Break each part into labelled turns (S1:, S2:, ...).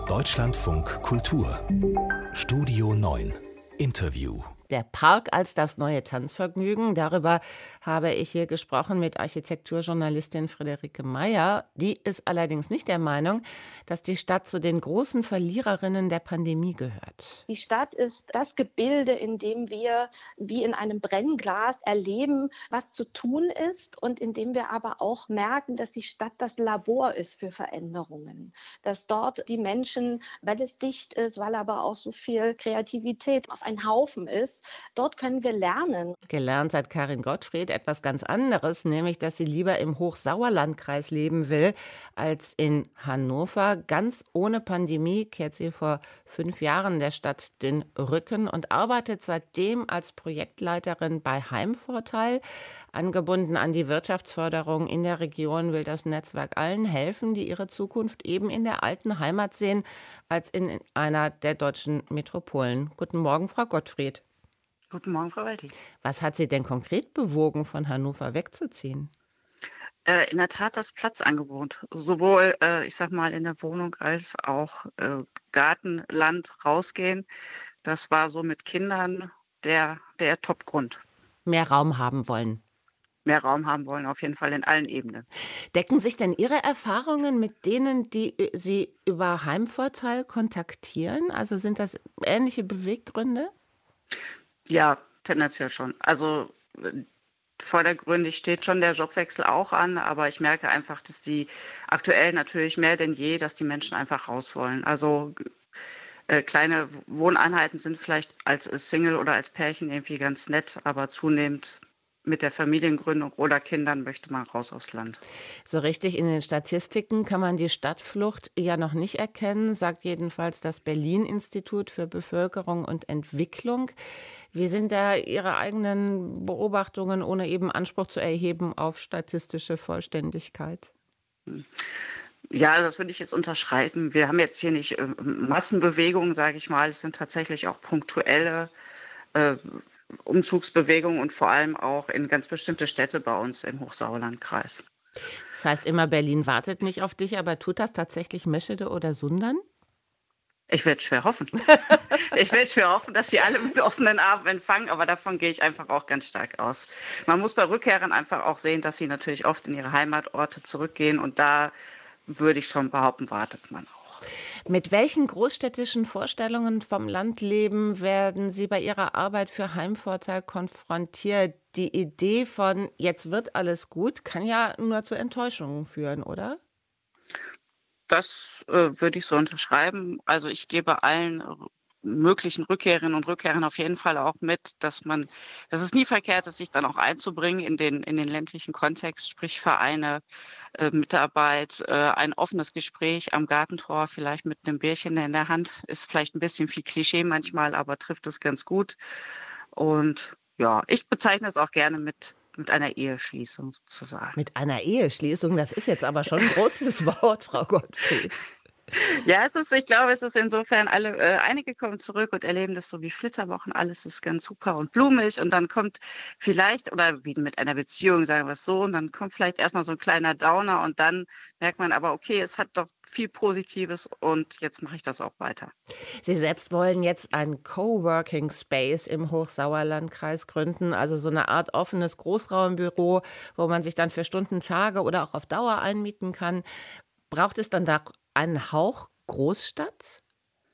S1: Deutschlandfunk Kultur Studio 9 Interview.
S2: Der Park als das neue Tanzvergnügen. Darüber habe ich hier gesprochen mit Architekturjournalistin Friederike Meyer. Die ist allerdings nicht der Meinung, dass die Stadt zu den großen Verliererinnen der Pandemie gehört.
S3: Die Stadt ist das Gebilde, in dem wir wie in einem Brennglas erleben, was zu tun ist, und in dem wir aber auch merken, dass die Stadt das Labor ist für Veränderungen. Dass dort die Menschen, weil es dicht ist, weil aber auch so viel Kreativität auf einen Haufen ist, dort können wir lernen.
S2: Gelernt hat Karin Gottfried etwas ganz anderes, nämlich, dass sie lieber im Hochsauerlandkreis leben will, als in Hannover. Ganz ohne Pandemie kehrt sie vor 5 Jahren der Stadt den Rücken und arbeitet seitdem als Projektleiterin bei Heimvorteil. Angebunden an die Wirtschaftsförderung in der Region will das Netzwerk allen helfen, die ihre Zukunft eben in der alten Heimat sehen, als in einer der deutschen Metropolen. Guten Morgen, Frau Gottfried.
S4: Guten Morgen, Frau Walti.
S2: Was hat Sie denn konkret bewogen, von Hannover wegzuziehen?
S4: In der Tat das Platzangebot. Sowohl, ich sag mal, in der Wohnung als auch Garten, Land, rausgehen. Das war so mit Kindern der Top-Grund.
S2: Mehr Raum haben wollen.
S4: Mehr Raum haben wollen, auf jeden Fall in allen Ebenen.
S2: Decken sich denn Ihre Erfahrungen mit denen, die Sie über Heimvorteil kontaktieren? Also sind das ähnliche Beweggründe?
S4: Ja, tendenziell schon. Also vordergründig steht schon der Jobwechsel auch an, aber ich merke einfach, dass die aktuell natürlich mehr denn je, dass die Menschen einfach raus wollen. Also kleine Wohneinheiten sind vielleicht als Single oder als Pärchen irgendwie ganz nett, aber zunehmend mit der Familiengründung oder Kindern möchte man raus aufs Land.
S2: So richtig in den Statistiken kann man die Stadtflucht ja noch nicht erkennen, sagt jedenfalls das Berlin-Institut für Bevölkerung und Entwicklung. Wie sind da Ihre eigenen Beobachtungen, ohne eben Anspruch zu erheben auf statistische Vollständigkeit?
S4: Ja, das würde ich jetzt unterschreiben. Wir haben jetzt hier nicht Massenbewegungen, sage ich mal. Es sind tatsächlich auch punktuelle Umzugsbewegungen und vor allem auch in ganz bestimmte Städte bei uns im Hochsauerlandkreis.
S2: Das heißt immer, Berlin wartet nicht auf dich, aber tut das tatsächlich Meschede oder Sundern?
S4: Ich werde schwer hoffen. Ich werde schwer hoffen, dass sie alle mit offenen Armen empfangen, aber davon gehe ich einfach auch ganz stark aus. Man muss bei Rückkehrern einfach auch sehen, dass sie natürlich oft in ihre Heimatorte zurückgehen, und da würde ich schon behaupten, wartet man auch.
S2: Mit welchen großstädtischen Vorstellungen vom Landleben werden Sie bei Ihrer Arbeit für Heimvorteil konfrontiert? Die Idee von jetzt wird alles gut kann ja nur zu Enttäuschungen führen, oder?
S4: Das würde ich so unterschreiben. Also ich gebe allen möglichen Rückkehrerinnen und Rückkehrern auf jeden Fall auch mit, dass es nie verkehrt ist, sich dann auch einzubringen in den ländlichen Kontext, sprich Vereine, Mitarbeit, ein offenes Gespräch am Gartentor, vielleicht mit einem Bierchen in der Hand, ist vielleicht ein bisschen viel Klischee manchmal, aber trifft es ganz gut. Und ja, ich bezeichne es auch gerne mit einer Eheschließung sozusagen.
S2: Mit einer Eheschließung, das ist jetzt aber schon ein großes Wort, Frau Gottfried.
S4: Ja, ich glaube, es ist insofern einige kommen zurück und erleben das so wie Flitterwochen, alles ist ganz super und blumig, und dann kommt vielleicht, oder wie mit einer Beziehung, sagen wir es so, und dann kommt vielleicht erstmal so ein kleiner Downer und dann merkt man aber, okay, es hat doch viel Positives und jetzt mache ich das auch weiter.
S2: Sie selbst wollen jetzt ein Coworking Space im Hochsauerlandkreis gründen, also so eine Art offenes Großraumbüro, wo man sich dann für Stunden, Tage oder auch auf Dauer einmieten kann. Braucht es dann da einen Hauch Großstadt?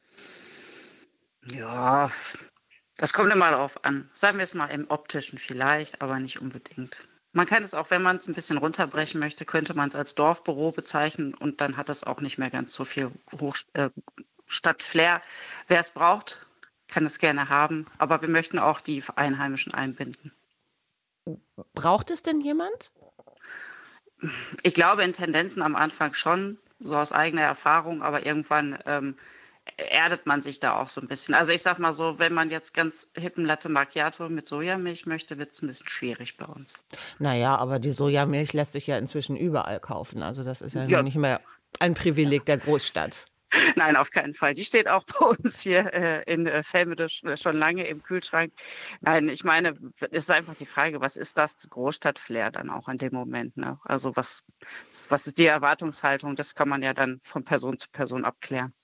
S4: Ja, das kommt immer darauf an. Sagen wir es mal im Optischen vielleicht, aber nicht unbedingt. Man kann es auch, wenn man es ein bisschen runterbrechen möchte, könnte man es als Dorfbüro bezeichnen, und dann hat es auch nicht mehr ganz so viel Stadtflair. Wer es braucht, kann es gerne haben, aber wir möchten auch die Einheimischen einbinden.
S2: Braucht es denn jemand?
S4: Ich glaube in Tendenzen am Anfang schon, so aus eigener Erfahrung, aber irgendwann erdet man sich da auch so ein bisschen. Also ich sag mal so, wenn man jetzt ganz hippen Latte Macchiato mit Sojamilch möchte, wird es ein bisschen schwierig bei uns.
S2: Naja, aber die Sojamilch lässt sich ja inzwischen überall kaufen. Also das ist ja nicht mehr ein Privileg der Großstadt.
S4: Nein, auf keinen Fall. Die steht auch bei uns hier in Velmede schon lange im Kühlschrank. Nein, ich meine, es ist einfach die Frage, was ist das Großstadtflair dann auch in dem Moment? Ne? Also was ist die Erwartungshaltung? Das kann man ja dann von Person zu Person abklären.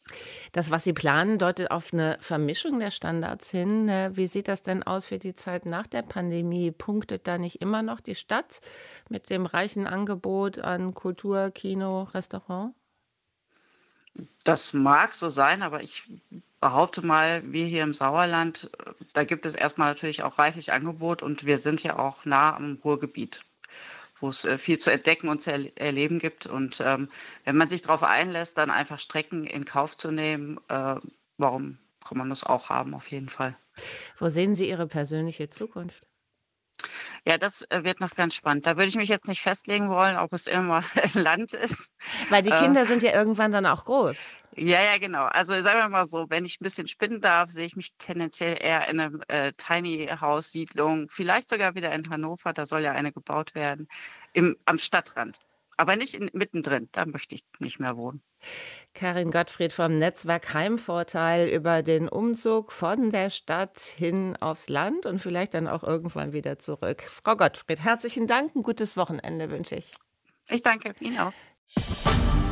S2: Das, was Sie planen, deutet auf eine Vermischung der Standards hin. Wie sieht das denn aus für die Zeit nach der Pandemie? Punktet da nicht immer noch die Stadt mit dem reichen Angebot an Kultur, Kino, Restaurant?
S4: Das mag so sein, aber ich behaupte mal, wir hier im Sauerland, da gibt es erstmal natürlich auch reichlich Angebot und wir sind ja auch nah am Ruhrgebiet, wo es viel zu entdecken und zu erleben gibt. Und wenn man sich darauf einlässt, dann einfach Strecken in Kauf zu nehmen, warum kann man das auch haben, auf jeden Fall.
S2: Wo sehen Sie Ihre persönliche Zukunft?
S4: Ja, das wird noch ganz spannend. Da würde ich mich jetzt nicht festlegen wollen, ob es immer Land ist.
S2: Weil die
S4: Äh,
S2: Kinder sind ja irgendwann dann auch groß.
S4: Ja, ja, genau. Also sagen wir mal so, wenn ich ein bisschen spinnen darf, sehe ich mich tendenziell eher in 'nem, Tiny House Siedlung, vielleicht sogar wieder in Hannover, da soll ja eine gebaut werden, am Stadtrand. Aber nicht mittendrin, da möchte ich nicht mehr wohnen.
S2: Karin Gottfried vom Netzwerk Heimvorteil über den Umzug von der Stadt hin aufs Land und vielleicht dann auch irgendwann wieder zurück. Frau Gottfried, herzlichen Dank, 'n gutes Wochenende wünsche ich.
S4: Ich danke Ihnen auch.